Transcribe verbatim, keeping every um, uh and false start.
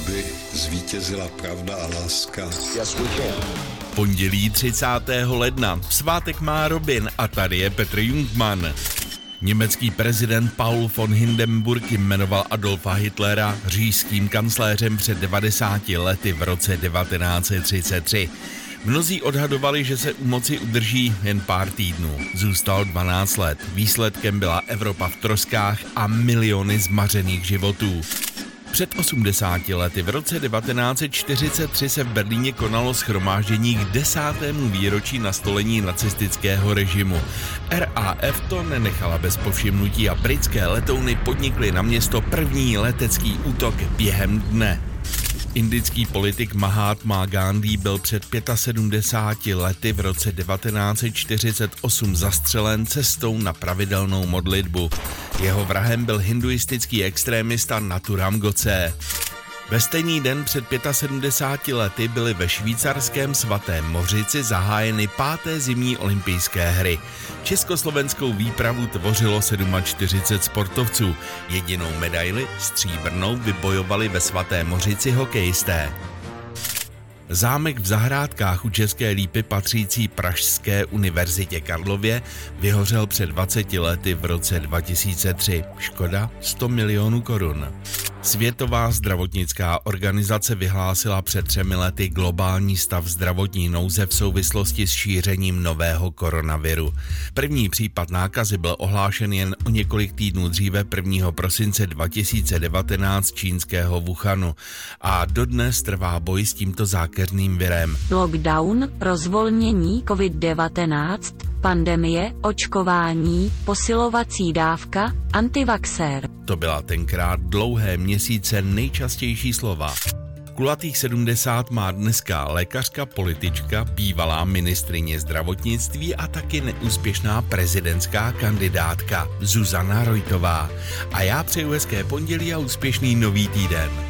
aby zvítězila pravda a láska. Pondělí třicátého ledna. Svátek má Robin a tady je Petr Jungmann. Německý prezident Paul von Hindenburg jmenoval Adolfa Hitlera říšským kancléřem před devadesáti lety v roce devatenáct set třicet tři. Mnozí odhadovali, že se u moci udrží jen pár týdnů. Zůstal dvanáct let. Výsledkem byla Evropa v troskách a miliony zmařených životů. Před osmdesáti lety v roce devatenáct set čtyřicet tři se v Berlíně konalo shromáždění k desátému výročí nastolení nacistického režimu. R A F to nenechala bez povšimnutí a britské letouny podnikly na město první letecký útok během dne. Indický politik Mahatma Gandhi byl před sedmdesáti pěti lety v roce devatenáct set čtyřicet osm zastřelen cestou na pravidelnou modlitbu. Jeho vrahem byl hinduistický extrémista Nathuram Godse. Ve stejný den před sedmdesáti pěti lety byly ve švýcarském Svatém Mořici zahájeny páté zimní olympijské hry. Československou výpravu tvořilo čtyřicet sedm sportovců. Jedinou medaili, stříbrnou, vybojovali ve Svatém Mořici hokejisté. Zámek v Zahrádkách u České Lípy patřící Pražské univerzitě Karlově vyhořel před dvaceti lety v roce dva tisíce tři. Škoda sto milionů korun. Světová zdravotnická organizace vyhlásila před třemi lety globální stav zdravotní nouze v souvislosti s šířením nového koronaviru. První případ nákazy byl ohlášen jen o několik týdnů dříve prvního prosince dva tisíce devatenáct čínského Wuhanu a dodnes trvá boj s tímto zákeřným virem. Lockdown, rozvolnění covid devatenáct, pandemie, očkování, posilovací dávka, antivaxér. To byla tenkrát dlouhé měsíce nejčastější slova. Kulatých sedmdesát má dneska lékařka, politička, bývalá ministryně zdravotnictví a taky neúspěšná prezidentská kandidátka Zuzana Rojtová. A já přeju hezké pondělí a úspěšný nový týden.